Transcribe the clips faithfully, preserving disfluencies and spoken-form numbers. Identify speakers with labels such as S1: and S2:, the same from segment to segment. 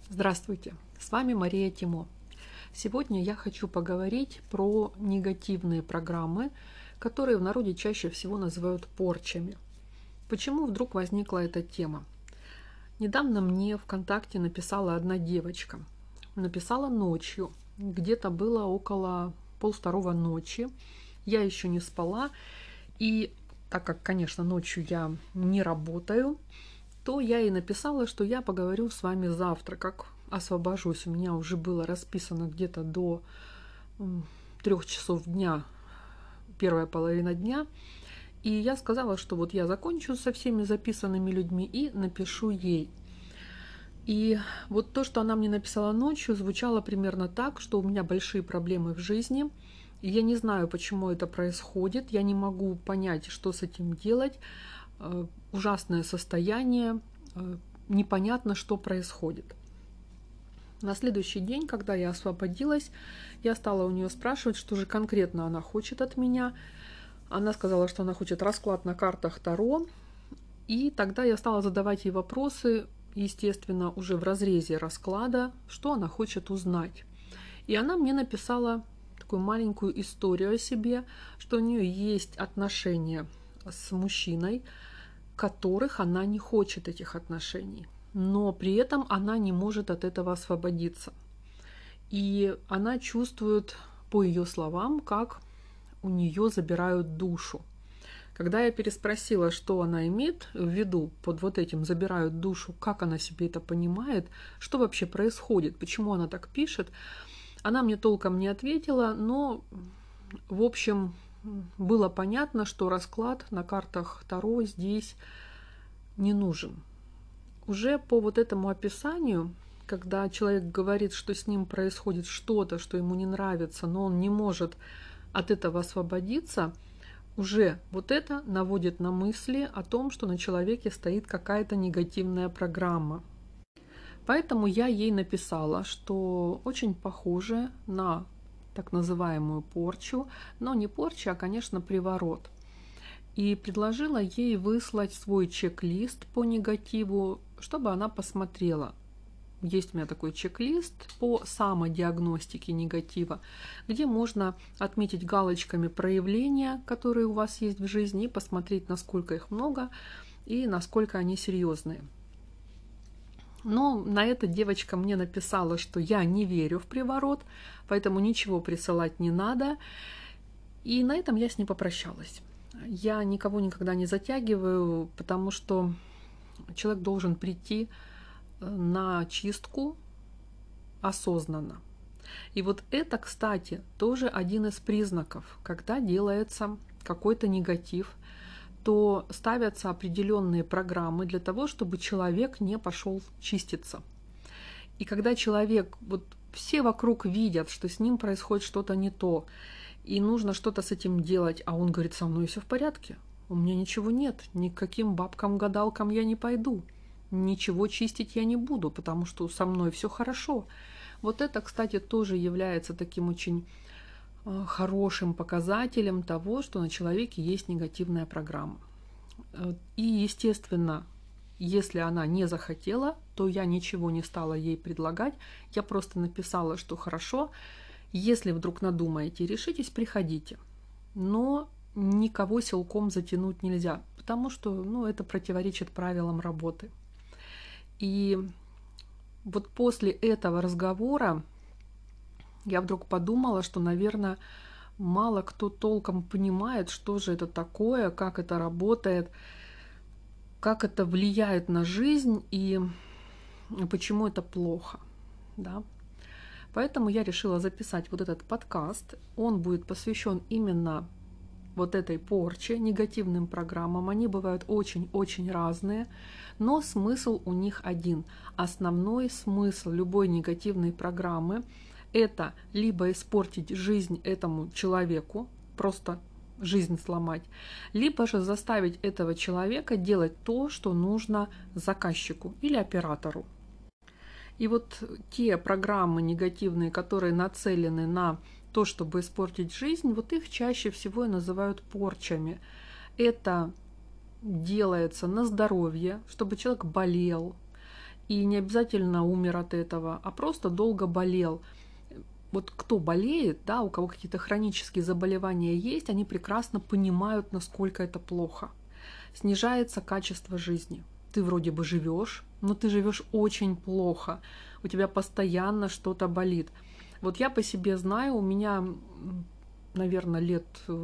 S1: Здравствуйте, с вами Мария Тимо. Сегодня я хочу поговорить про негативные программы, которые в народе чаще всего называют порчами. Почему вдруг возникла эта тема? Недавно мне ВКонтакте написала одна девочка. Написала ночью, где-то было около полвторого ночи. Я еще не спала, и так как, конечно, ночью я не работаю, то я ей написала, что я поговорю с вами завтра, как освобожусь. У меня уже было расписано где-то до трех часов дня, первая половина дня. И я сказала, что вот я закончу со всеми записанными людьми и напишу ей. И вот то, что она мне написала ночью, звучало примерно так, что у меня большие проблемы в жизни. И я не знаю, почему это происходит. Я не могу понять, что с этим делать. Ужасное состояние, непонятно, что происходит. На следующий день, когда я освободилась, я стала у нее спрашивать, что же конкретно она хочет от меня. Она сказала, что она хочет расклад на картах Таро. И тогда я стала задавать ей вопросы, естественно, уже в разрезе расклада, что она хочет узнать. И она мне написала такую маленькую историю о себе, что у нее есть отношения с мужчиной, которых она не хочет, этих отношений, но при этом она не может от этого освободиться. И она чувствует, по ее словам, как у нее забирают душу. Когда я переспросила, что она имеет в виду под вот этим «забирают душу», как она себе это понимает, что вообще происходит, почему она так пишет, она мне толком не ответила, но, в общем, было понятно, что расклад на картах Таро здесь не нужен. Уже по вот этому описанию, когда человек говорит, что с ним происходит что-то, что ему не нравится, но он не может от этого освободиться, уже вот это наводит на мысли о том, что на человеке стоит какая-то негативная программа. Поэтому я ей написала, что очень похоже на так называемую порчу, но не порча, а, конечно, приворот. И предложила ей выслать свой чек-лист по негативу, чтобы она посмотрела. Есть у меня такой чек-лист по самодиагностике негатива, где можно отметить галочками проявления, которые у вас есть в жизни, и посмотреть, насколько их много и насколько они серьезные. Но на это девочка мне написала, что я не верю в приворот, поэтому ничего присылать не надо. И на этом я с ней попрощалась. Я никого никогда не затягиваю, потому что человек должен прийти на чистку осознанно. И вот это, кстати, тоже один из признаков, когда делается какой-то негатив, то ставятся определенные программы для того, чтобы человек не пошел чиститься. И когда человек, вот все вокруг видят, что с ним происходит что-то не то, и нужно что-то с этим делать, а он говорит: со мной все в порядке, у меня ничего нет, ни к каким бабкам-гадалкам я не пойду, ничего чистить я не буду, потому что со мной все хорошо. Вот это, кстати, тоже является таким очень хорошим показателем того, что на человеке есть негативная программа. И, естественно, если она не захотела, то я ничего не стала ей предлагать. Я просто написала, что хорошо, если вдруг надумаете, решитесь, приходите. Но никого силком затянуть нельзя, потому что ну, это противоречит правилам работы. И вот после этого разговора я вдруг подумала, что, наверное, мало кто толком понимает, что же это такое, как это работает, как это влияет на жизнь и почему это плохо. Да? Поэтому я решила записать вот этот подкаст. Он будет посвящен именно вот этой порче, негативным программам. Они бывают очень-очень разные, но смысл у них один. Основной смысл любой негативной программы – это либо испортить жизнь этому человеку, просто жизнь сломать, либо же заставить этого человека делать то, что нужно заказчику или оператору. И вот те программы негативные, которые нацелены на то, чтобы испортить жизнь, вот их чаще всего и называют порчами. Это делается на здоровье, чтобы человек болел, и не обязательно умер от этого, а просто долго болел. Вот кто болеет, да, у кого какие-то хронические заболевания есть, они прекрасно понимают, насколько это плохо. Снижается качество жизни. Ты вроде бы живешь, но ты живешь очень плохо. У тебя постоянно что-то болит. Вот я по себе знаю, у меня, наверное, лет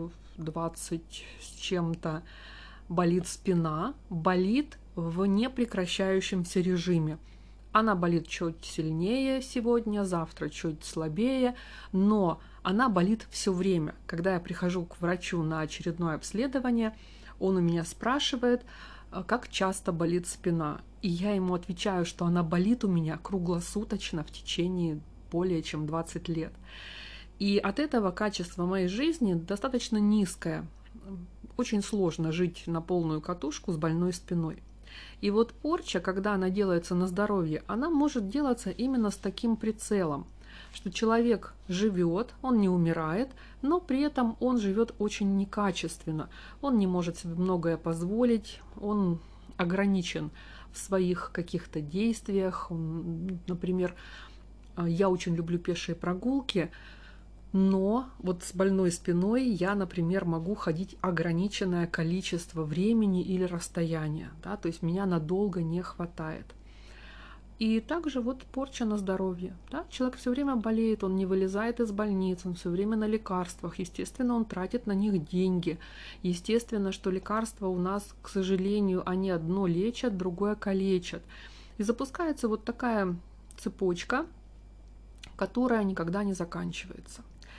S1: двадцать с чем-то болит спина, болит в непрекращающемся режиме. Она болит чуть сильнее сегодня, завтра чуть слабее, но она болит все время. Когда я прихожу к врачу на очередное обследование, он у меня спрашивает, как часто болит спина. И я ему отвечаю, что она болит у меня круглосуточно в течение более чем двадцати лет. И от этого качество моей жизни достаточно низкое. Очень сложно жить на полную катушку с больной спиной. И вот порча, когда она делается на здоровье, она может делаться именно с таким прицелом, что человек живет, он не умирает, но при этом он живет очень некачественно. Он не может себе многое позволить, он ограничен в своих каких-то действиях. Он, например, я очень люблю пешие прогулки, но вот с больной спиной я, например, могу ходить ограниченное количество времени или расстояния, да, то есть меня надолго не хватает. И также вот порча на здоровье. Да? Человек все время болеет, он не вылезает из больницы, он все время на лекарствах. Естественно, он тратит на них деньги. Естественно, что лекарства у нас, к сожалению, они одно лечат, другое калечат. И запускается вот такая цепочка, которая никогда не заканчивается.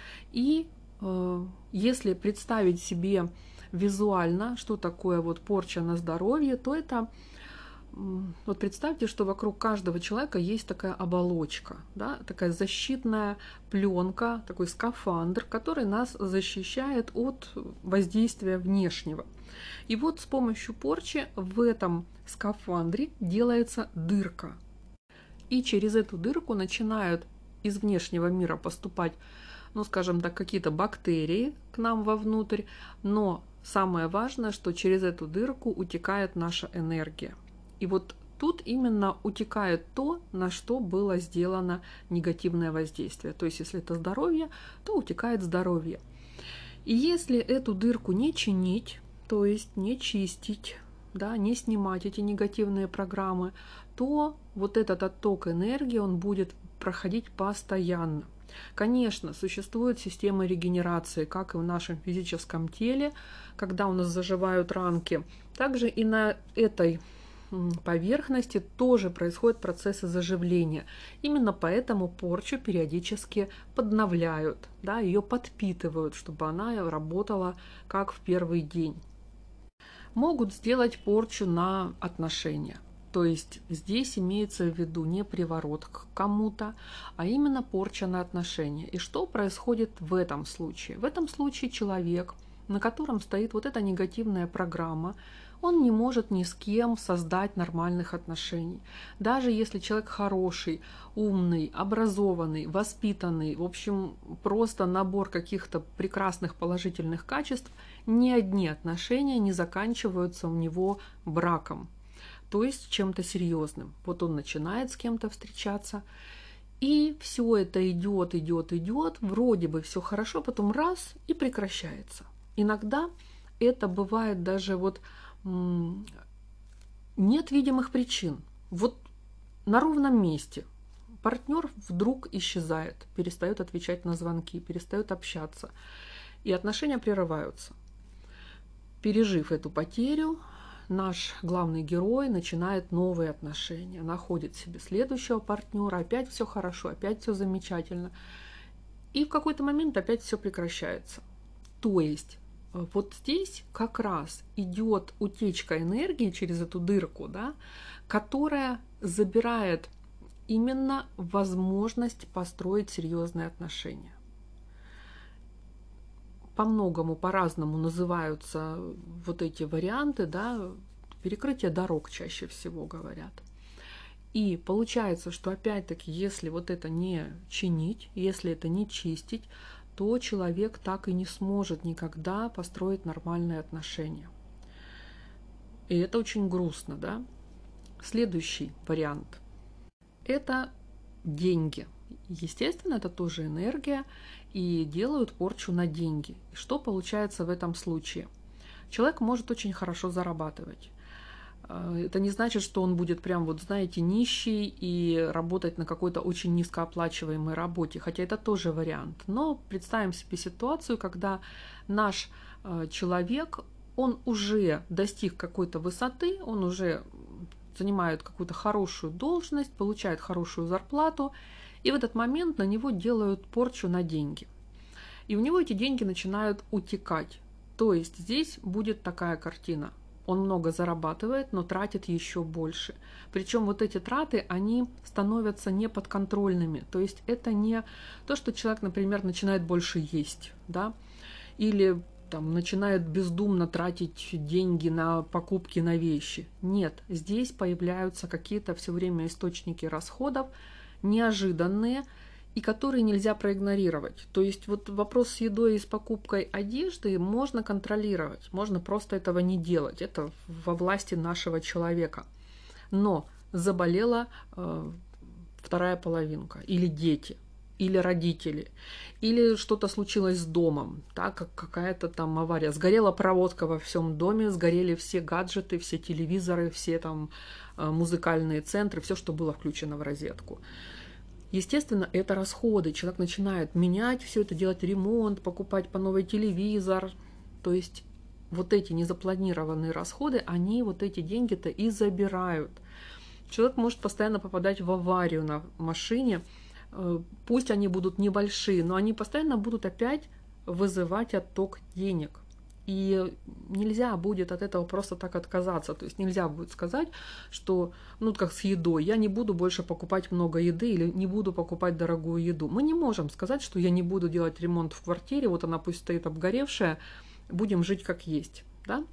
S1: И э, если представить себе визуально, что такое вот порча на здоровье, то это, э, вот представьте, что вокруг каждого человека есть такая оболочка, да, такая защитная пленка, такой скафандр, который нас защищает от воздействия внешнего. И вот с помощью порчи в этом скафандре делается дырка. И через эту дырку начинают из внешнего мира поступать, ну, скажем так, какие-то бактерии к нам вовнутрь, но самое важное, что через эту дырку утекает наша энергия. И вот тут именно утекает то, на что было сделано негативное воздействие. То есть, если это здоровье, то утекает здоровье. И если эту дырку не чинить, то есть не чистить, да, не снимать эти негативные программы, то вот этот отток энергии, он будет проходить постоянно. Конечно, существует система регенерации, как и в нашем физическом теле, когда у нас заживают ранки. Также и на этой поверхности тоже происходят процессы заживления. Именно поэтому порчу периодически подновляют, да, ее подпитывают, чтобы она работала как в первый день. Могут сделать порчу на отношения. То есть здесь имеется в виду не приворот к кому-то, а именно порча на отношения. И что происходит в этом случае? В этом случае человек, на котором стоит вот эта негативная программа, он не может ни с кем создать нормальных отношений. Даже если человек хороший, умный, образованный, воспитанный, в общем, просто набор каких-то прекрасных положительных качеств, ни одни отношения не заканчиваются у него браком. То есть чем-то серьезным. Вот он начинает с кем-то встречаться, и все это идет, идет, идет, вроде бы все хорошо, потом раз и прекращается. Иногда это бывает даже вот м- нет видимых причин. Вот на ровном месте партнер вдруг исчезает, перестает отвечать на звонки, перестает общаться, и отношения прерываются. Пережив эту потерю, наш главный герой начинает новые отношения, находит себе следующего партнера, опять все хорошо, опять все замечательно. И в какой-то момент опять все прекращается. То есть вот здесь как раз идет утечка энергии через эту дырку, да, которая забирает именно возможность построить серьезные отношения. По-многому, по-разному называются вот эти варианты, да, перекрытие дорог чаще всего говорят. И получается, что опять-таки, если вот это не чинить, если это не чистить, то человек так и не сможет никогда построить нормальные отношения. И это очень грустно, да? Следующий вариант. это деньги. Естественно, это тоже энергия, и делают порчу на деньги. И что получается в этом случае? Человек может очень хорошо зарабатывать. Это не значит, что он будет прям, вот знаете, нищий и работать на какой-то очень низкооплачиваемой работе, хотя это тоже вариант. Но представим себе ситуацию, когда наш человек, он уже достиг какой-то высоты, он уже занимает какую-то хорошую должность, получает хорошую зарплату, и в этот момент на него делают порчу на деньги. И у него эти деньги начинают утекать. То есть здесь будет такая картина. Он много зарабатывает, но тратит еще больше. Причем вот эти траты, они становятся неподконтрольными. То есть это не то, что человек, например, начинает больше есть, да, или там, начинает бездумно тратить деньги на покупки на вещи. Нет, здесь появляются какие-то все время источники расходов, неожиданные, и которые нельзя проигнорировать. То есть вот вопрос с едой и с покупкой одежды можно контролировать, можно просто этого не делать. Это во власти нашего человека. Но заболела э, вторая половинка, или дети, или родители, или что-то случилось с домом, так как какая-то там авария. Сгорела проводка во всем доме, сгорели все гаджеты, все телевизоры, все там э, музыкальные центры, все, что было включено в розетку. Естественно, это расходы. Человек начинает менять все это, делать ремонт, покупать по новый телевизор. То есть вот эти незапланированные расходы, они вот эти деньги-то и забирают. Человек может постоянно попадать в аварию на машине. Пусть они будут небольшие, но они постоянно будут опять вызывать отток денег. И нельзя будет от этого просто так отказаться. То есть нельзя будет сказать, что, ну, как с едой, я не буду больше покупать много еды или не буду покупать дорогую еду. Мы не можем сказать, что я не буду делать ремонт в квартире, вот она пусть стоит обгоревшая, будем жить как есть. Да?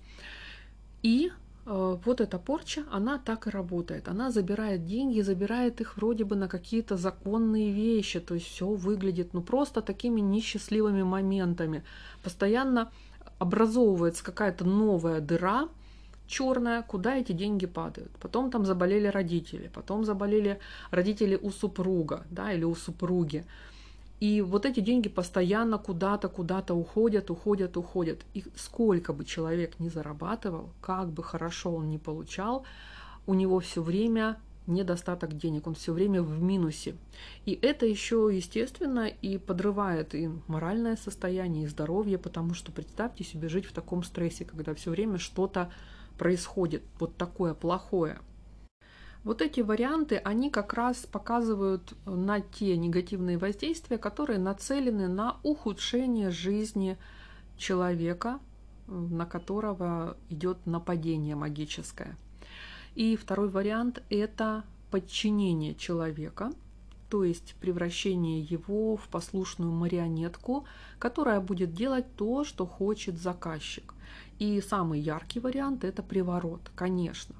S1: И э, вот эта порча, она так и работает. Она забирает деньги, забирает их вроде бы на какие-то законные вещи. То есть все выглядит, ну, просто такими несчастливыми моментами. Постоянно образовывается какая-то новая дыра черная, куда эти деньги падают. Потом там заболели родители, потом заболели родители у супруга, да, или у супруги. И вот эти деньги постоянно куда-то, куда-то уходят, уходят, уходят. И сколько бы человек ни зарабатывал, как бы хорошо он ни получал, у него все время недостаток денег, он все время в минусе. И это еще, естественно, и подрывает и моральное состояние, и здоровье, потому что представьте себе жить в таком стрессе, когда все время что-то происходит, вот такое плохое. Вот эти варианты, они как раз показывают на те негативные воздействия, которые нацелены на ухудшение жизни человека, на которого идет нападение магическое. И второй вариант – это подчинение человека, то есть превращение его в послушную марионетку, которая будет делать то, что хочет заказчик. И самый яркий вариант – это приворот, конечно.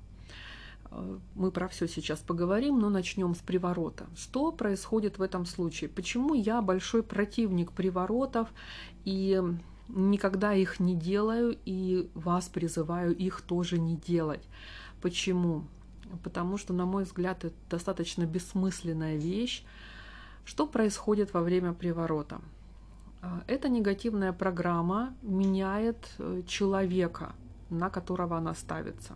S1: Мы про все сейчас поговорим, но начнем с приворота. Что происходит в этом случае? Почему я большой противник приворотов и никогда их не делаю, и вас призываю их тоже не делать? Почему? Потому что, на мой взгляд, это достаточно бессмысленная вещь. Что происходит во время приворота? Эта негативная программа меняет человека, на которого она ставится.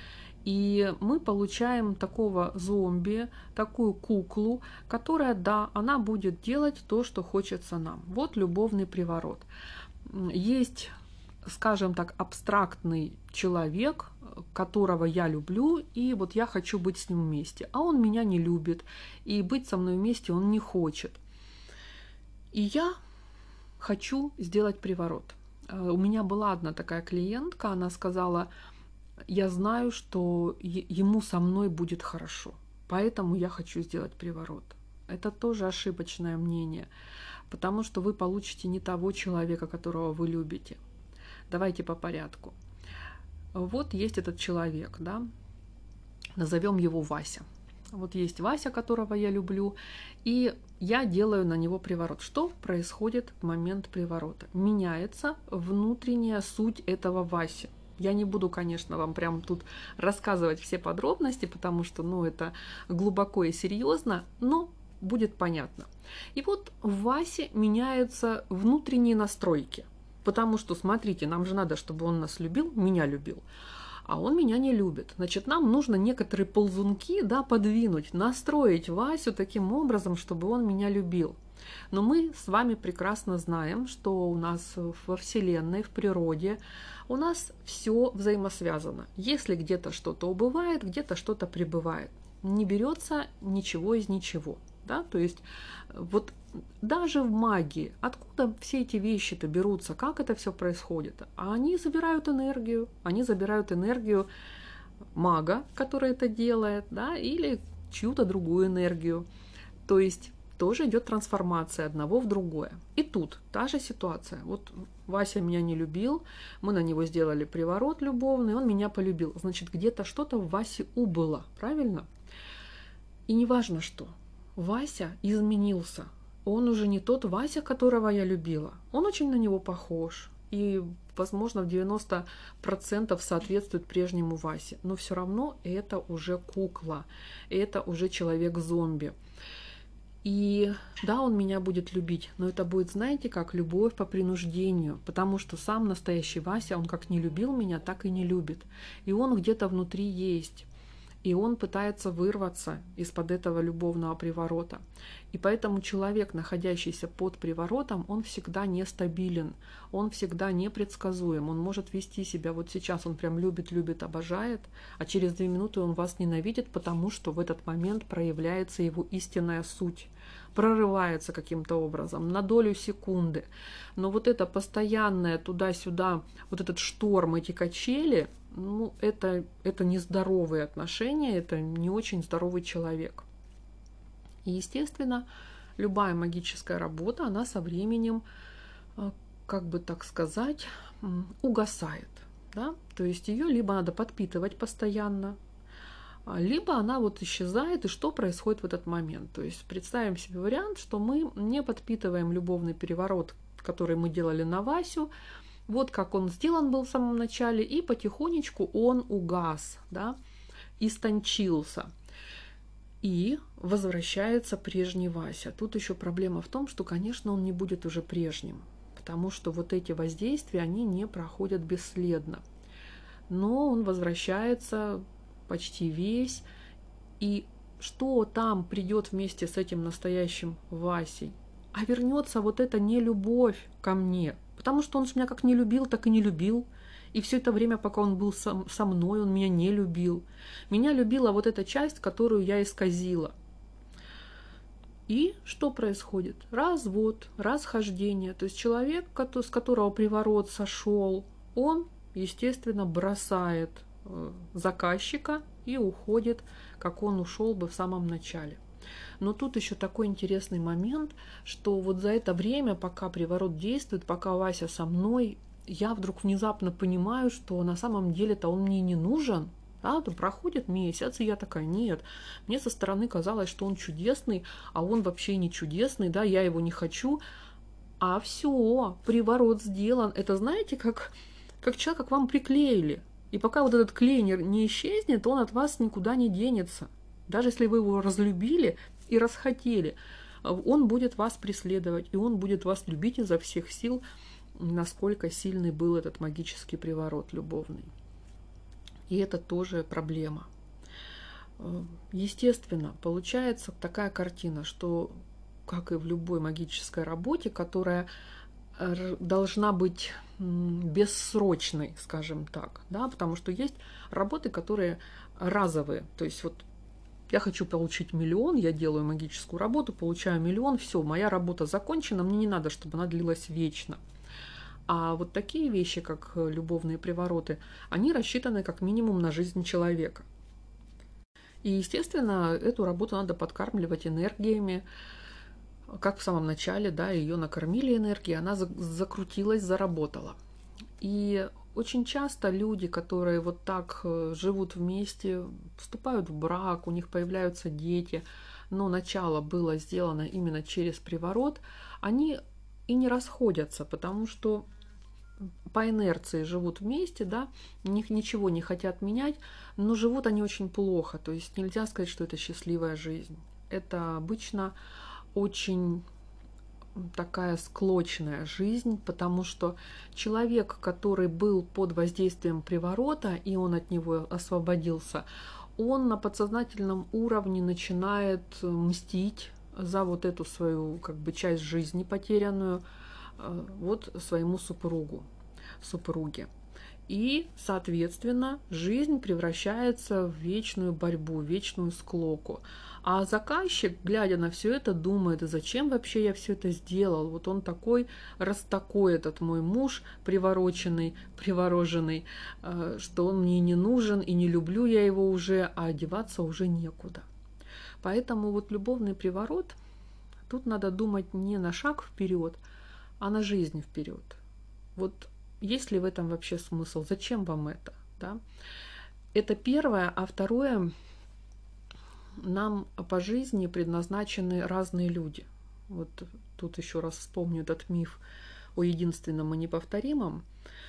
S1: И мы получаем такого зомби, такую куклу, которая, да, она будет делать то, что хочется нам. Вот любовный приворот. Есть, скажем так, абстрактный человек, которого я люблю, и вот я хочу быть с ним вместе. А он меня не любит, и быть со мной вместе он не хочет. И я хочу сделать приворот. У меня была одна такая клиентка, она сказала: я знаю, что ему со мной будет хорошо, поэтому я хочу сделать приворот. Это тоже ошибочное мнение, потому что вы получите не того человека, которого вы любите. Давайте по порядку. Вот есть этот человек, да, назовем его Вася. Вот есть Вася, которого я люблю, и я делаю на него приворот. Что происходит в момент приворота? Меняется внутренняя суть этого Васи. Я не буду, конечно, вам прям тут рассказывать все подробности, потому что, ну, это глубоко и серьезно, но будет понятно. И вот в Васе меняются внутренние настройки. Потому что, смотрите, нам же надо, чтобы он нас любил, меня любил. А он меня не любит. Значит, нам нужно некоторые ползунки, да, подвинуть, настроить Васю таким образом, чтобы он меня любил. Но мы с вами прекрасно знаем, что у нас во Вселенной, в природе, у нас все взаимосвязано. Если где-то что-то убывает, где-то что-то прибывает. Не берется ничего из ничего. Да? То есть вот даже в магии, откуда все эти вещи-то берутся, как это все происходит? А они забирают энергию, они забирают энергию мага, который это делает, да, или чью-то другую энергию. То есть тоже идет трансформация одного в другое. И тут та же ситуация. Вот Вася меня не любил, мы на него сделали приворот любовный, он меня полюбил. Значит, где-то что-то в Васе убыло, правильно? И неважно что, Вася изменился. Он уже не тот Вася, которого я любила. Он очень на него похож. И, возможно, в девяносто процентов соответствует прежнему Васе. Но все равно это уже кукла. Это уже человек-зомби. И да, он меня будет любить, но это будет, знаете, как любовь по принуждению, потому что сам настоящий Вася, он как не любил меня, так и не любит. И он где-то внутри есть. И он пытается вырваться из-под этого любовного приворота. И поэтому человек, находящийся под приворотом, он всегда нестабилен, он всегда непредсказуем, он может вести себя, вот сейчас он прям любит, любит, обожает, а через две минуты он вас ненавидит, потому что в этот момент проявляется его истинная суть, прорывается каким-то образом на долю секунды. Но вот это постоянное туда-сюда, вот этот шторм, эти качели, ну, это, это нездоровые отношения, это не очень здоровый человек. И, естественно, любая магическая работа, она со временем, как бы так сказать, угасает. Да? То есть ее либо надо подпитывать постоянно, либо она вот исчезает, и что происходит в этот момент. То есть представим себе вариант, что мы не подпитываем любовный переворот, который мы делали на Васю, вот как он сделан был в самом начале, и потихонечку он угас, да, истончился. И возвращается прежний Вася. Тут еще проблема в том, что, конечно, он не будет уже прежним, потому что вот эти воздействия, они не проходят бесследно. Но он возвращается почти весь, и что там придет вместе с этим настоящим Васей? А вернется вот эта нелюбовь ко мне, потому что он же меня как не любил, так и не любил. И все это время, пока он был со, со мной, он меня не любил. Меня любила вот эта часть, которую я исказила. И что происходит? Развод, расхождение. То есть человек, с которого приворот сошел, он, естественно, бросает заказчика и уходит, как он ушел бы в самом начале. Но тут еще такой интересный момент, что вот за это время, пока приворот действует, пока Вася со мной, я вдруг внезапно понимаю, что на самом деле-то он мне не нужен. Да, то проходит месяц, и я такая, нет, мне со стороны казалось, что он чудесный, а он вообще не чудесный, да, я его не хочу. А все, приворот сделан. Это знаете, как, как человека к вам приклеили. И пока вот этот клей не исчезнет, он от вас никуда не денется. Даже если вы его разлюбили и расхотели, он будет вас преследовать, и он будет вас любить изо всех сил, насколько сильный был этот магический приворот любовный. И это тоже проблема. Естественно, получается такая картина, что, как и в любой магической работе, которая должна быть бессрочной, скажем так, да, потому что есть работы, которые разовые, то есть вот я хочу получить миллион, я делаю магическую работу, получаю миллион, все, моя работа закончена, мне не надо, чтобы она длилась вечно. А вот такие вещи, как любовные привороты, они рассчитаны как минимум на жизнь человека. И, естественно, эту работу надо подкармливать энергиями, как в самом начале, да, ее накормили энергией, она закрутилась, заработала. И очень часто люди, которые вот так живут вместе, вступают в брак, у них появляются дети, но начало было сделано именно через приворот, они и не расходятся, потому что по инерции живут вместе, да, у них ничего не хотят менять, но живут они очень плохо. То есть нельзя сказать, что это счастливая жизнь. Это обычно очень такая склочная жизнь, потому что человек, который был под воздействием приворота, и он от него освободился, он на подсознательном уровне начинает мстить за вот эту свою как бы часть жизни потерянную вот своему супругу, супруге. И, соответственно, жизнь превращается в вечную борьбу, в вечную склоку. А заказчик, глядя на все это, думает, зачем вообще я все это сделал? Вот он такой, раз такой этот мой муж, привороченный, привороженный, что он мне не нужен, и не люблю я его уже, а одеваться уже некуда. Поэтому вот любовный приворот, тут надо думать не на шаг вперед, а на жизнь вперед. Вот есть ли в этом вообще смысл? Зачем вам это? Да? Это первое. А второе, нам по жизни предназначены разные люди. Вот тут еще раз вспомню этот миф о единственном и неповторимом.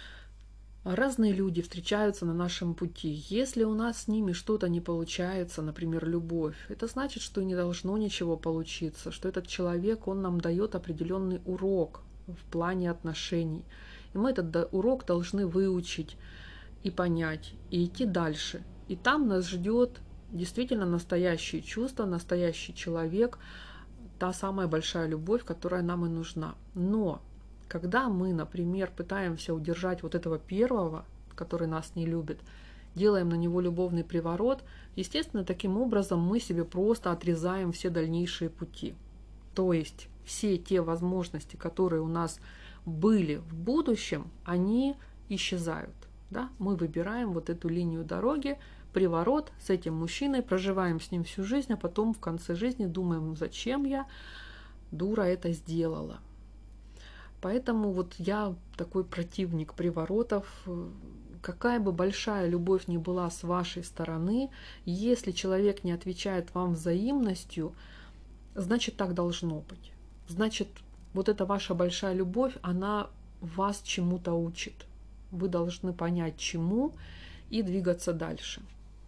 S1: Разные люди встречаются на нашем пути. Если у нас с ними что-то не получается, например, любовь, это значит, что не должно ничего получиться, что этот человек, он нам дает определенный урок в плане отношений. И мы этот урок должны выучить и понять, и идти дальше. И там нас ждет действительно настоящие чувства, настоящий человек, та самая большая любовь, которая нам и нужна. Но когда мы, например, пытаемся удержать вот этого первого, который нас не любит, делаем на него любовный приворот, естественно, таким образом мы себе просто отрезаем все дальнейшие пути. То есть все те возможности, которые у нас были в будущем, они исчезают. Да? Мы выбираем вот эту линию дороги, приворот с этим мужчиной, проживаем с ним всю жизнь, а потом в конце жизни думаем, зачем я, дура, это сделала. Поэтому вот я такой противник приворотов. Какая бы большая любовь ни была с вашей стороны, если человек не отвечает вам взаимностью, значит, так должно быть. Значит, вот эта ваша большая любовь, она вас чему-то учит. Вы должны понять, чему, и двигаться дальше.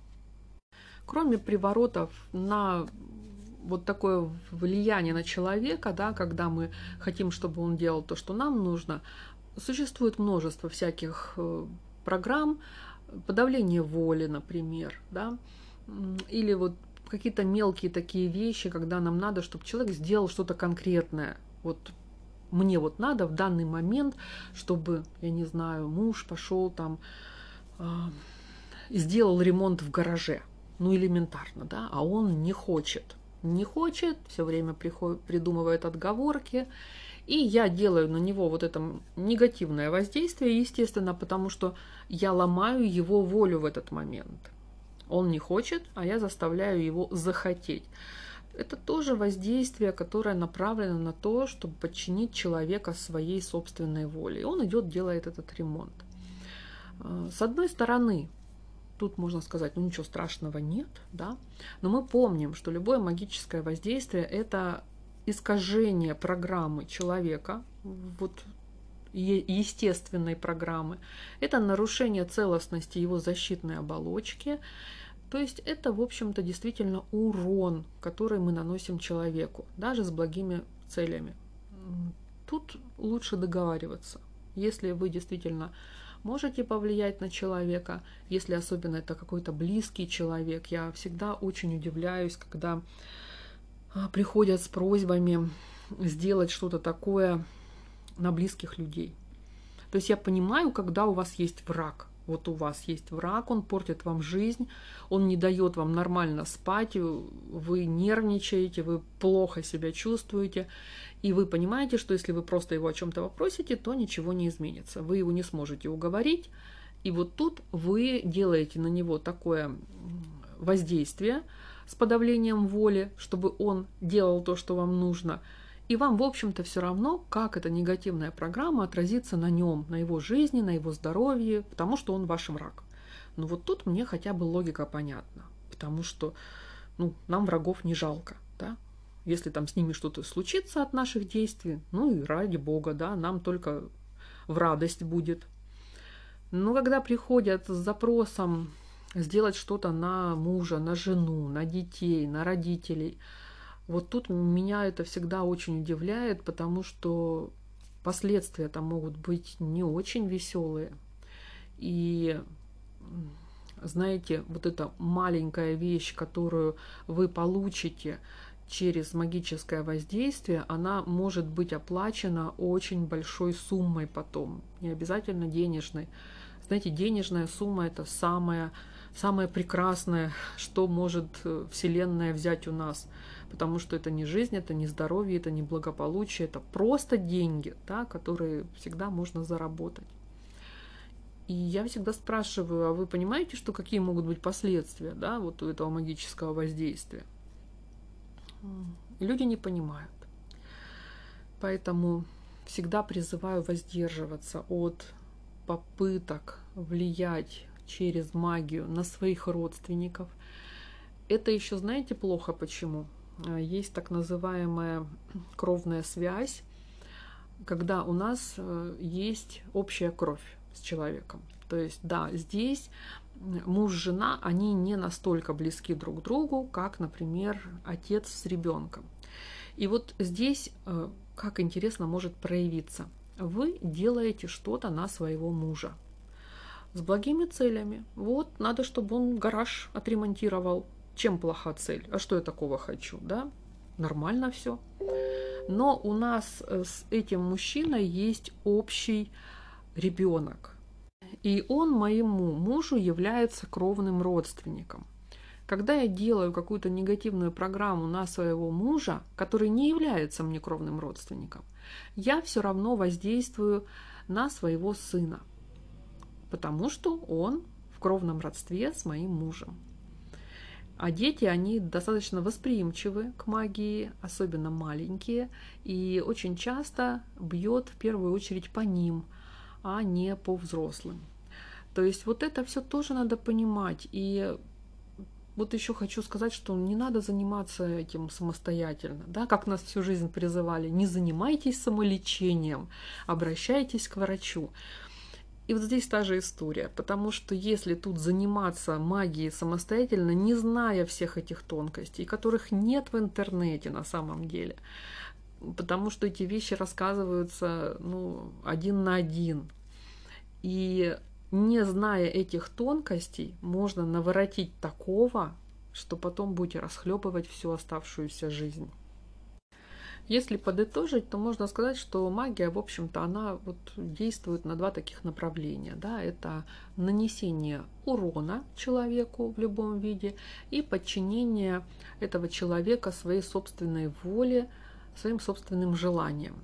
S1: Кроме приворотов на вот такое влияние на человека, да, когда мы хотим, чтобы он делал то, что нам нужно, существует множество всяких программ, подавление воли, например, да, или вот какие-то мелкие такие вещи, когда нам надо, чтобы человек сделал что-то конкретное. Вот мне вот надо в данный момент, чтобы, я не знаю, муж пошел там э, и сделал ремонт в гараже. Ну, элементарно, да, а он не хочет. Не хочет, все время приходит, придумывает отговорки. И я делаю на него вот это негативное воздействие, естественно, потому что я ломаю его волю в этот момент. Он не хочет, а я заставляю его захотеть. Это тоже воздействие, которое направлено на то, чтобы подчинить человека своей собственной воле. И он идет, делает этот ремонт. С одной стороны, тут можно сказать, ну ничего страшного нет, да, но мы помним, что любое магическое воздействие – это искажение программы человека, вот естественной программы, это нарушение целостности его защитной оболочки, то есть это, в общем-то, действительно урон, который мы наносим человеку, даже с благими целями. Тут лучше договариваться. Если вы действительно можете повлиять на человека, если особенно это какой-то близкий человек. Я всегда очень удивляюсь, когда приходят с просьбами сделать что-то такое на близких людей. То есть я понимаю, когда у вас есть враг. Вот у вас есть враг, он портит вам жизнь, он не дает вам нормально спать, вы нервничаете, вы плохо себя чувствуете, и вы понимаете, что если вы просто его о чем-то попросите, то ничего не изменится. Вы его не сможете уговорить, и вот тут вы делаете на него такое воздействие с подавлением воли, чтобы он делал то, что вам нужно. И вам, в общем-то, все равно, как эта негативная программа отразится на нем, на его жизни, на его здоровье, потому что он ваш враг. Но вот тут мне хотя бы логика понятна, потому что ну, нам врагов не жалко. Да? Если там с ними что-то случится от наших действий, ну и ради бога, да, нам только в радость будет. Но когда приходят с запросом сделать что-то на мужа, на жену, на детей, на родителей, вот тут меня это всегда очень удивляет, потому что последствия там могут быть не очень веселые. И знаете, вот эта маленькая вещь, которую вы получите через магическое воздействие, она может быть оплачена очень большой суммой потом, не обязательно денежной. Знаете, денежная сумма – это самое, самое прекрасное, что может Вселенная взять у нас, потому что это не жизнь, это не здоровье, это не благополучие, это просто деньги, да, которые всегда можно заработать. И я всегда спрашиваю, а вы понимаете, что какие могут быть последствия, да, вот у этого магического воздействия? И люди не понимают. Поэтому всегда призываю воздерживаться от попыток влиять через магию на своих родственников. Это еще, знаете, плохо почему? Есть так называемая кровная связь, когда у нас есть общая кровь с человеком. То есть, да, здесь муж, жена, они не настолько близки друг к другу, как, например, отец с ребенком. И вот здесь, как интересно может проявиться, вы делаете что-то на своего мужа с благими целями. Вот, надо, чтобы он гараж отремонтировал. Чем плоха цель? А что я такого хочу, да? Нормально все. Но у нас с этим мужчиной есть общий ребенок. И он моему мужу является кровным родственником. Когда я делаю какую-то негативную программу на своего мужа, который не является мне кровным родственником, я все равно воздействую на своего сына, потому что он в кровном родстве с моим мужем. А дети, они достаточно восприимчивы к магии, особенно маленькие, и очень часто бьет в первую очередь по ним, а не по взрослым. То есть вот это все тоже надо понимать. И вот еще хочу сказать, что не надо заниматься этим самостоятельно, да, как нас всю жизнь призывали. Не занимайтесь самолечением, обращайтесь к врачу. И вот здесь та же история, потому что если тут заниматься магией самостоятельно, не зная всех этих тонкостей, которых нет в интернете на самом деле, потому что эти вещи рассказываются, ну, один на один, и не зная этих тонкостей, можно наворотить такого, что потом будете расхлебывать всю оставшуюся жизнь. Если подытожить, то можно сказать, что магия, в общем-то, она вот действует на два таких направления. Да? Это нанесение урона человеку в любом виде и подчинение этого человека своей собственной воле, своим собственным желаниям.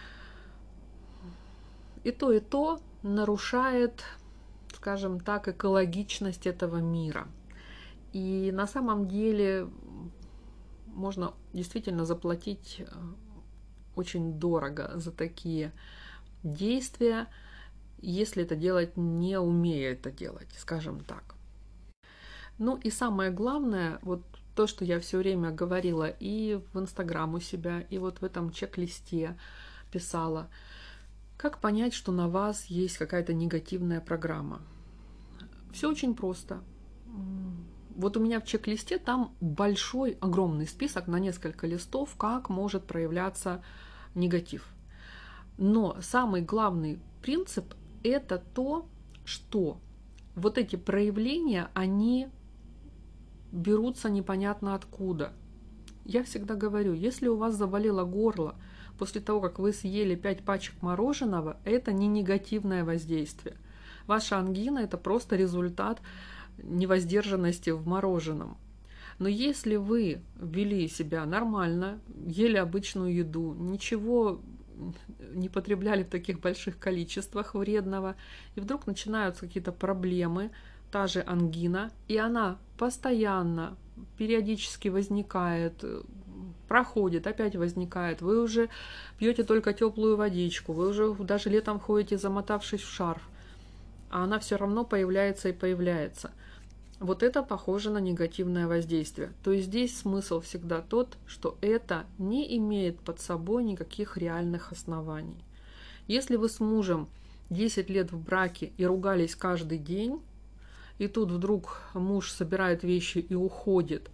S1: И то, и то нарушает, скажем так, экологичность этого мира. И на самом деле можно действительно заплатить очень дорого за такие действия, если это делать не умея это делать, скажем так. Ну и самое главное, вот то, что я все время говорила и в Инстаграм у себя, и вот в этом чек-листе писала, как понять, что на вас есть какая-то негативная программа? Все очень просто. Вот у меня в чек-листе там большой, огромный список на несколько листов, как может проявляться негатив. Но самый главный принцип – это то, что вот эти проявления, они берутся непонятно откуда. Я всегда говорю, если у вас заболело горло после того, как вы съели пять пачек мороженого, это не негативное воздействие. Ваша ангина – это просто результат невоздержанности в мороженом. Но если вы вели себя нормально, ели обычную еду, ничего не потребляли в таких больших количествах вредного, и вдруг начинаются какие-то проблемы, та же ангина, и она постоянно, периодически возникает, проходит, опять возникает, вы уже пьете только теплую водичку, вы уже даже летом ходите, замотавшись в шарф, а она все равно появляется и появляется. Вот это похоже на негативное воздействие. То есть здесь смысл всегда тот, что это не имеет под собой никаких реальных оснований. Если вы с мужем десять лет в браке и ругались каждый день, и тут вдруг муж собирает вещи и уходит.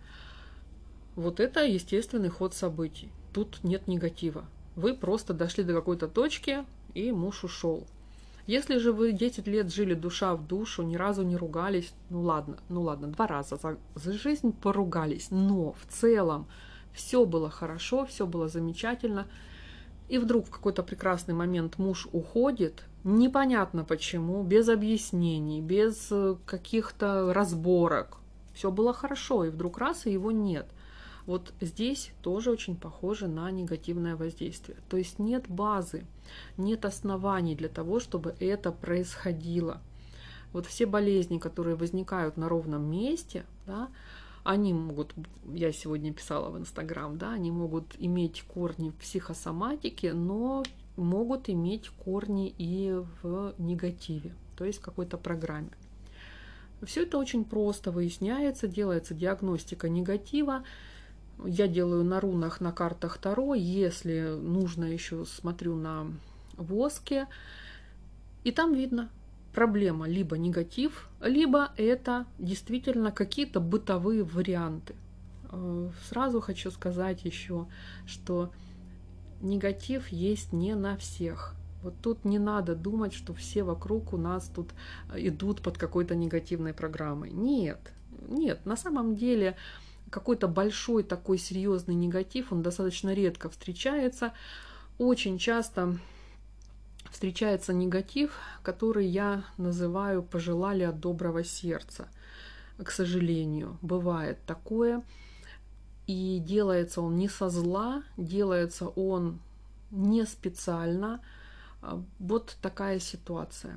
S1: Вот это естественный ход событий. Тут нет негатива. Вы просто дошли до какой-то точки, и муж ушел. Если же вы десять лет жили душа в душу, ни разу не ругались, ну ладно, ну ладно, два раза за, за жизнь поругались, но в целом все было хорошо, все было замечательно, и вдруг в какой-то прекрасный момент муж уходит, непонятно почему, без объяснений, без каких-то разборок, все было хорошо, и вдруг раз, и его нет. Вот здесь тоже очень похоже на негативное воздействие. То есть нет базы, нет оснований для того, чтобы это происходило. Вот все болезни, которые возникают на ровном месте, да, они могут, я сегодня писала в Инстаграм, да, они могут иметь корни в психосоматике, но могут иметь корни и в негативе, то есть в какой-то программе. Все это очень просто выясняется, делается диагностика негатива. Я делаю на рунах, на картах Таро, если нужно, еще смотрю на воске, и там видно, проблема либо негатив, либо это действительно какие-то бытовые варианты. Сразу хочу сказать еще, что негатив есть не на всех. Вот тут не надо думать, что все вокруг у нас тут идут под какой-то негативной программой. Нет, нет, на самом деле какой-то большой такой серьезный негатив, он достаточно редко встречается. Очень часто встречается негатив, который я называю «пожелали от доброго сердца». К сожалению, бывает такое. И делается он не со зла, делается он не специально. Вот такая ситуация.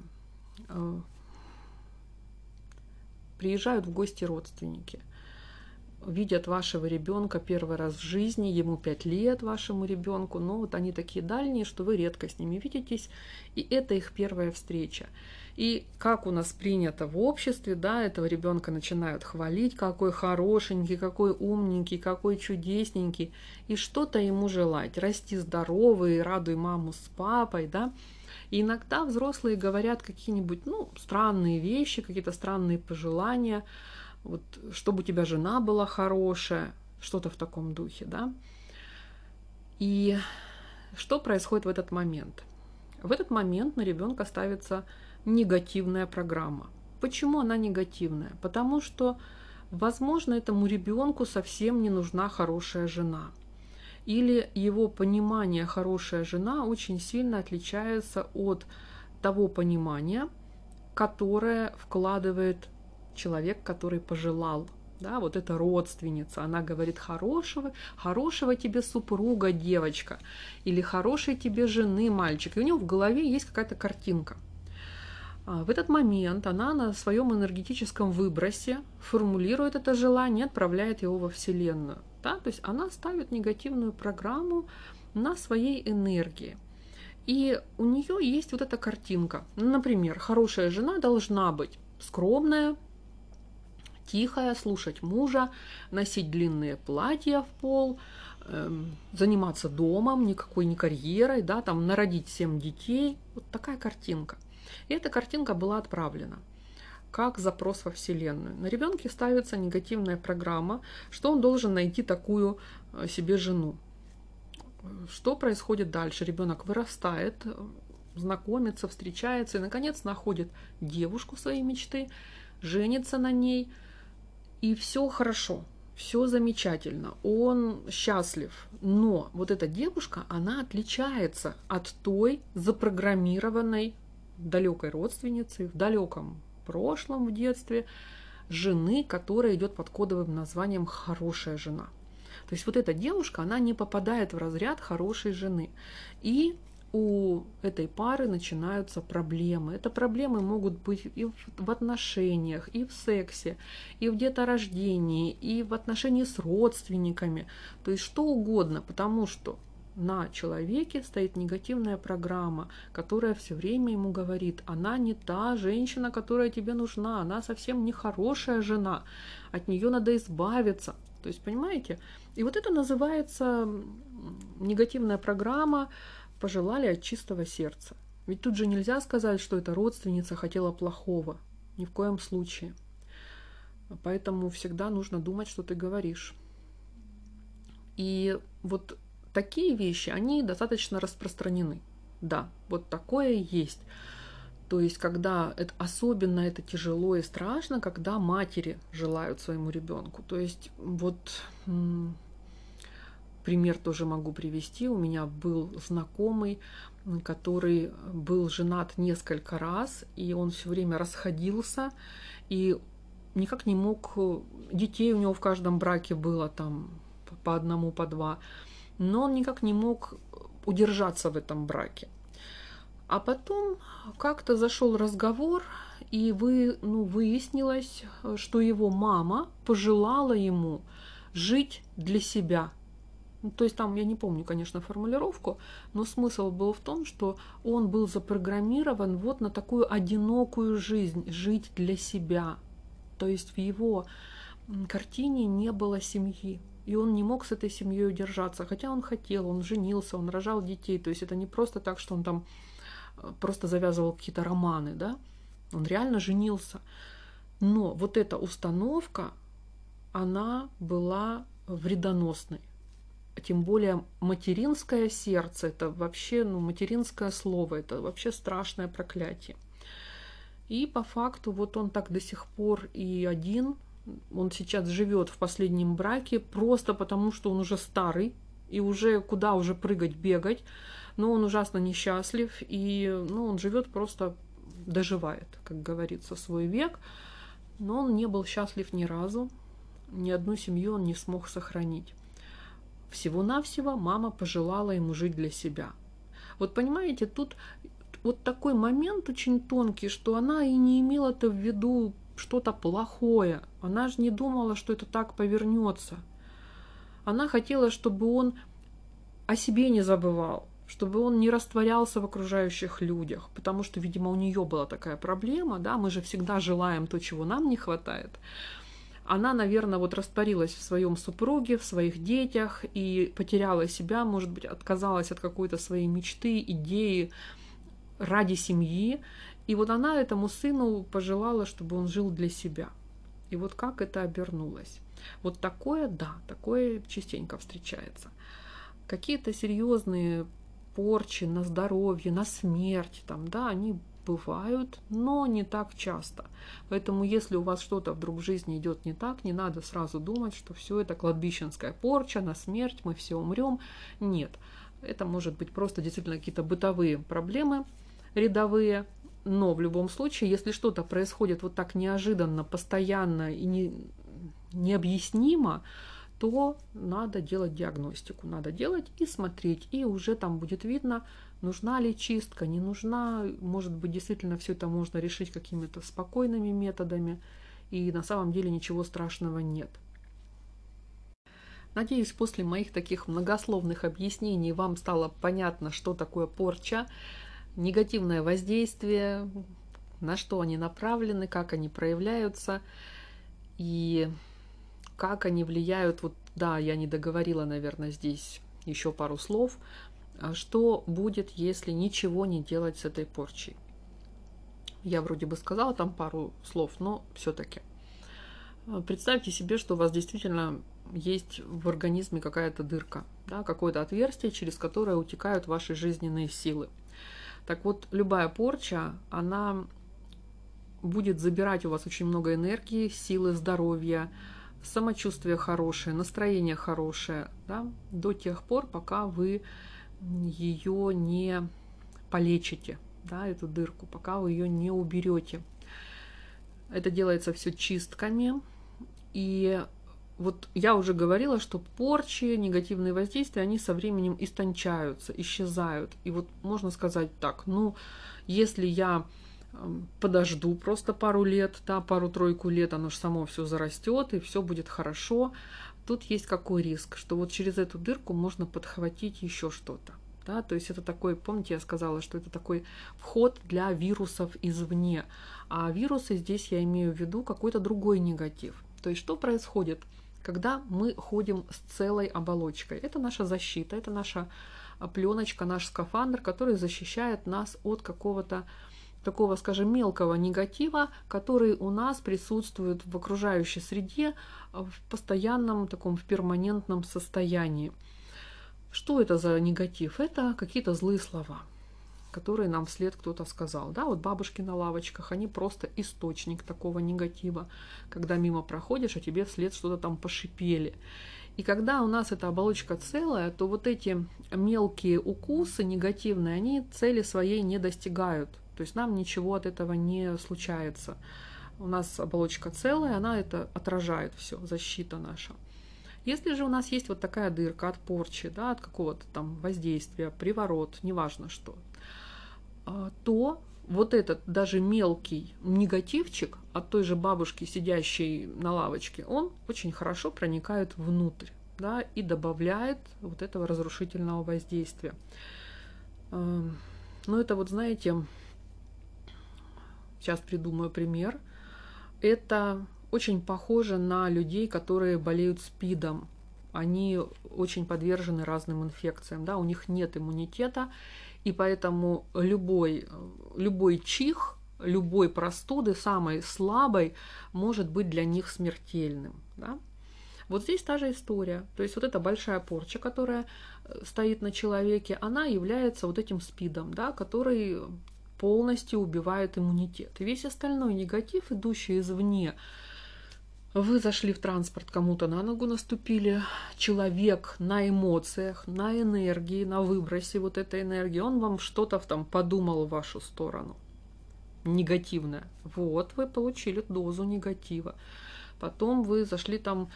S1: Приезжают в гости родственники, видят вашего ребенка первый раз в жизни, ему пять лет вашему ребенку, но вот они такие дальние, что вы редко с ними видитесь, и это их первая встреча. И как у нас принято в обществе, да, этого ребенка начинают хвалить, какой хорошенький, какой умненький, какой чудесненький, и что-то ему желать, расти здоровый, радуй маму с папой, да. И иногда взрослые говорят какие-нибудь, ну, странные вещи, какие-то странные пожелания, вот, чтобы у тебя жена была хорошая, что-то в таком духе, да. И что происходит в этот момент? В этот момент на ребенка ставится негативная программа. Почему она негативная? Потому что, возможно, этому ребенку совсем не нужна хорошая жена. Или его понимание «хорошая жена» очень сильно отличается от того понимания, которое вкладывает человек, который пожелал. Да, вот эта родственница, она говорит: хорошего, хорошего тебе супруга, девочка, или хорошей тебе жены, мальчик. И у него в голове есть какая-то картинка. В этот момент она на своем энергетическом выбросе формулирует это желание, отправляет его во Вселенную. Да? То есть она ставит негативную программу на своей энергии. И у нее есть вот эта картинка. Например, хорошая жена должна быть скромная, тихая, слушать мужа, носить длинные платья в пол, эм, заниматься домом, никакой не карьерой, да, там, народить семь детей. Вот такая картинка. И эта картинка была отправлена как запрос во Вселенную. На ребенке ставится негативная программа, что он должен найти такую себе жену. Что происходит дальше? Ребенок вырастает, знакомится, встречается и, наконец, находит девушку своей мечты, женится на ней, и все хорошо, все замечательно, он счастлив. Но вот эта девушка, она отличается от той запрограммированной далекой родственницы в далеком прошлом, в детстве, жены, которая идет под кодовым названием «хорошая жена». То есть вот эта девушка, она не попадает в разряд хорошей жены. И у этой пары начинаются проблемы. Это проблемы могут быть и в отношениях, и в сексе, и в деторождении, и в отношении с родственниками. То есть что угодно, потому что на человеке стоит негативная программа, которая все время ему говорит: она не та женщина, которая тебе нужна, она совсем не хорошая жена, от нее надо избавиться. То есть, понимаете? И вот это называется негативная программа «пожелали от чистого сердца». Ведь тут же нельзя сказать, что эта родственница хотела плохого. Ни в коем случае. Поэтому всегда нужно думать, что ты говоришь. И вот такие вещи, они достаточно распространены. Да, вот такое есть. То есть, когда это, особенно это тяжело и страшно, когда матери желают своему ребенку. То есть, вот м, пример тоже могу привести. У меня был знакомый, который был женат несколько раз, и он все время расходился, и никак не мог, детей у него в каждом браке было там по одному, по два, но он никак не мог удержаться в этом браке. А потом как-то зашел разговор, и вы, ну, выяснилось, что его мама пожелала ему жить для себя. Ну, то есть там, я не помню, конечно, формулировку, но смысл был в том, что он был запрограммирован вот на такую одинокую жизнь, жить для себя. То есть в его картине не было семьи. И он не мог с этой семьей удержаться, хотя он хотел, он женился, он рожал детей. То есть это не просто так, что он там просто завязывал какие-то романы, да? Он реально женился. Но вот эта установка, она была вредоносной. Тем более материнское сердце, это вообще, ну, материнское слово, это вообще страшное проклятие. И по факту вот он так до сих пор и один, он сейчас живет в последнем браке просто потому, что он уже старый, и уже куда уже прыгать, бегать, но он ужасно несчастлив, и ну, он живет просто, доживает, как говорится, свой век, но он не был счастлив ни разу, ни одну семью он не смог сохранить. Всего-навсего мама пожелала ему жить для себя. Вот понимаете, тут вот такой момент очень тонкий, что она и не имела-то в виду что-то плохое. Она же не думала, что это так повернется. Она хотела, чтобы он о себе не забывал, чтобы он не растворялся в окружающих людях, потому что, видимо, у нее была такая проблема, да, мы же всегда желаем то, чего нам не хватает. Она, наверное, вот растворилась в своем супруге, в своих детях и потеряла себя, может быть, отказалась от какой-то своей мечты, идеи ради семьи. И вот она этому сыну пожелала, чтобы он жил для себя. И вот как это обернулось. Вот такое, да, такое частенько встречается. Какие-то серьезные порчи на здоровье, на смерть, там, да, они бывают, но не так часто. Поэтому, если у вас что-то вдруг в жизни идет не так, не надо сразу думать, что все это кладбищенская порча на смерть, мы все умрем. Нет, это может быть просто действительно какие-то бытовые проблемы рядовые, но в любом случае, если что-то происходит вот так неожиданно, постоянно и не, необъяснимо, то надо делать диагностику, надо делать и смотреть, и уже там будет видно, нужна ли чистка, не нужна, может быть, действительно все это можно решить какими-то спокойными методами, и на самом деле ничего страшного нет. Надеюсь, после моих таких многословных объяснений вам стало понятно, что такое порча, негативное воздействие, на что они направлены, как они проявляются и как они влияют. Вот, да, я не договорила, наверное, здесь еще пару слов. Что будет, если ничего не делать с этой порчей? Я вроде бы сказала там пару слов, но все-таки. Представьте себе, что у вас действительно есть в организме какая-то дырка, да, какое-то отверстие, через которое утекают ваши жизненные силы. Так вот, любая порча, она будет забирать у вас очень много энергии, силы, здоровья, самочувствие хорошее, настроение хорошее, да, до тех пор, пока вы ее не полечите, да, эту дырку, пока вы ее не уберете. Это делается все чистками. И вот я уже говорила, что порчи, негативные воздействия, они со временем истончаются, исчезают. И вот можно сказать так, ну, если я подожду просто пару лет, да, пару-тройку лет, оно же само все зарастет, и все будет хорошо. Тут есть какой риск, что вот через эту дырку можно подхватить еще что-то. Да? То есть это такой, помните, я сказала, что это такой вход для вирусов извне. А вирусы здесь я имею в виду какой-то другой негатив. То есть что происходит, когда мы ходим с целой оболочкой? Это наша защита, это наша пленочка, наш скафандр, который защищает нас от какого-то такого, скажем, мелкого негатива, который у нас присутствует в окружающей среде в постоянном таком, в перманентном состоянии. Что это за негатив? Это какие-то злые слова, которые нам вслед кто-то сказал. Да, вот бабушки на лавочках, они просто источник такого негатива, когда мимо проходишь, а тебе вслед что-то там пошипели. И когда у нас эта оболочка целая, то вот эти мелкие укусы негативные, они цели своей не достигают. То есть нам ничего от этого не случается. У нас оболочка целая, она это отражает все, защита наша. Если же у нас есть вот такая дырка от порчи, да, от какого-то там воздействия, приворот, неважно что, то вот этот даже мелкий негативчик от той же бабушки, сидящей на лавочке, он очень хорошо проникает внутрь, да, и добавляет вот этого разрушительного воздействия. Ну, это вот, знаете, сейчас придумаю пример. Это очень похоже на людей, которые болеют СПИДом. Они очень подвержены разным инфекциям, да, у них нет иммунитета, и поэтому любой, любой чих, любой простуды, самой слабой, может быть для них смертельным. Да? Вот здесь та же история. То есть вот эта большая порча, которая стоит на человеке, она является вот этим СПИДом, да, который полностью убивает иммунитет. И весь остальной негатив, идущий извне, вы зашли в транспорт, кому-то на ногу наступили, человек на эмоциях, на энергии, на выбросе вот этой энергии, он вам что-то там подумал в вашу сторону, негативное. Вот вы получили дозу негатива. Потом вы зашли там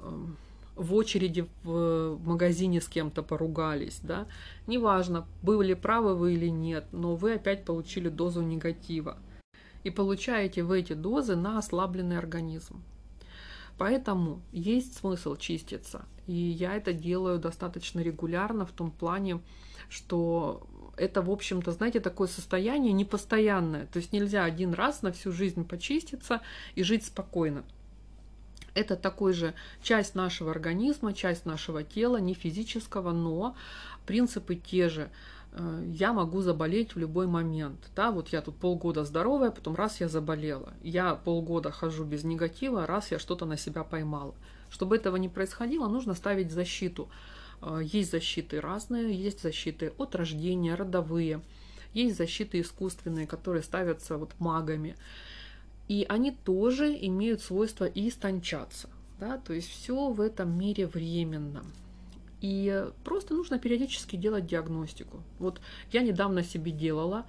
S1: в очереди в магазине с кем-то поругались, да, неважно, были правы вы или нет, но вы опять получили дозу негатива. И получаете в эти дозы на ослабленный организм. Поэтому есть смысл чиститься. И я это делаю достаточно регулярно в том плане, что это, в общем-то, знаете, такое состояние непостоянное. То есть нельзя один раз на всю жизнь почиститься и жить спокойно. Это такой же часть нашего организма, часть нашего тела, не физического, но принципы те же. Я могу заболеть в любой момент. Да, вот я тут полгода здоровая, потом раз я заболела. Я полгода хожу без негатива, раз я что-то на себя поймала. Чтобы этого не происходило, нужно ставить защиту. Есть защиты разные, есть защиты от рождения, родовые, есть защиты искусственные, которые ставятся вот магами. И они тоже имеют свойство истончаться. Да? То есть все в этом мире временно. И просто нужно периодически делать диагностику. Вот я недавно себе делала,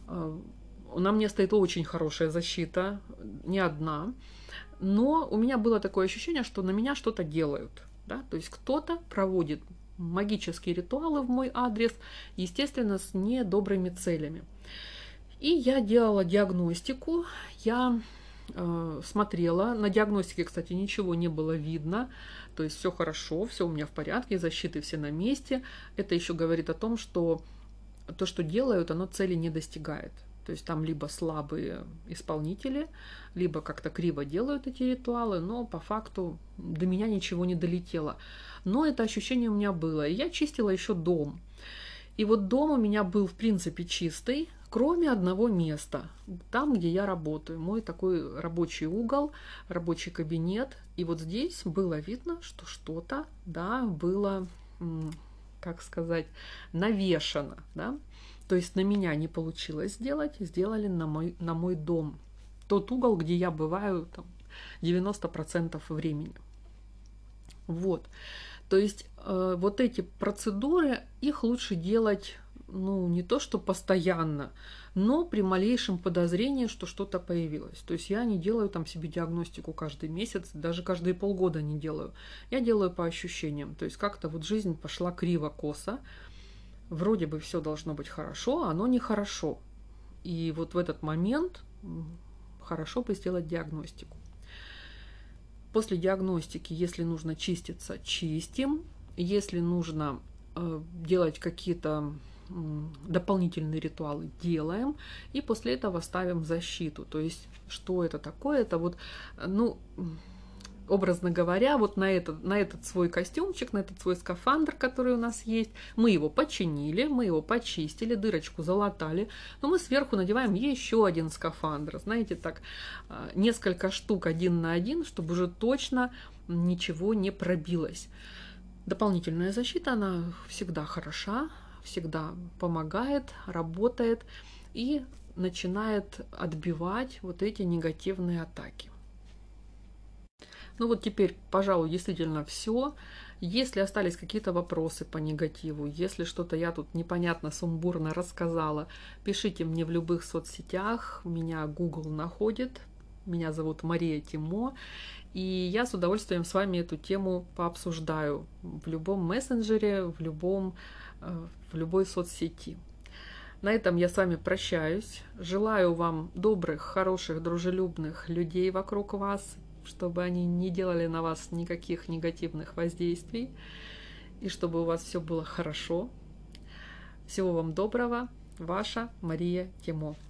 S1: на мне стоит очень хорошая защита, не одна, но у меня было такое ощущение, что на меня что-то делают. Да? То есть кто-то проводит магические ритуалы в мой адрес, естественно, с недобрыми целями. И я делала диагностику, я э, смотрела, на диагностике, кстати, ничего не было видно, то есть все хорошо, все у меня в порядке, защиты все на месте. Это еще говорит о том, что то, что делают, оно цели не достигает. То есть там либо слабые исполнители, либо как-то криво делают эти ритуалы, но по факту до меня ничего не долетело. Но это ощущение у меня было. И я чистила еще дом. И вот дом у меня был, в принципе, чистый, кроме одного места, там, где я работаю. Мой такой рабочий угол, рабочий кабинет. И вот здесь было видно, что что-то, да, было, как сказать, навешано, да. То есть на меня не получилось сделать, сделали на мой, на мой дом. Тот угол, где я бываю там, девяносто процентов времени. Вот. То есть э, вот эти процедуры, их лучше делать, ну, не то что постоянно, но при малейшем подозрении, что что-то появилось. То есть я не делаю там себе диагностику каждый месяц, даже каждые полгода не делаю. Я делаю по ощущениям. То есть как-то вот жизнь пошла криво-косо. Вроде бы все должно быть хорошо, а оно нехорошо. И вот в этот момент хорошо бы сделать диагностику. После диагностики, если нужно чиститься, чистим. Если нужно э, делать какие-то э, дополнительные ритуалы, делаем. И после этого ставим защиту. То есть, что это такое? Это вот, ну, образно говоря, вот на этот, на этот свой костюмчик, на этот свой скафандр, который у нас есть, мы его починили, мы его почистили, дырочку залатали, но мы сверху надеваем еще один скафандр, знаете, так, несколько штук один на один, чтобы уже точно ничего не пробилось. Дополнительная защита, она всегда хороша, всегда помогает, работает и начинает отбивать вот эти негативные атаки. Ну вот теперь, пожалуй, действительно все. Если остались какие-то вопросы по негативу, если что-то я тут непонятно, сумбурно рассказала, пишите мне в любых соцсетях. Меня Google находит. Меня зовут Мария Тимо. И я с удовольствием с вами эту тему пообсуждаю в любом мессенджере, в, любом, в любой соцсети. На этом я с вами прощаюсь. Желаю вам добрых, хороших, дружелюбных людей вокруг вас, чтобы они не делали на вас никаких негативных воздействий, и чтобы у вас все было хорошо. Всего вам доброго. Ваша Мария Тимо.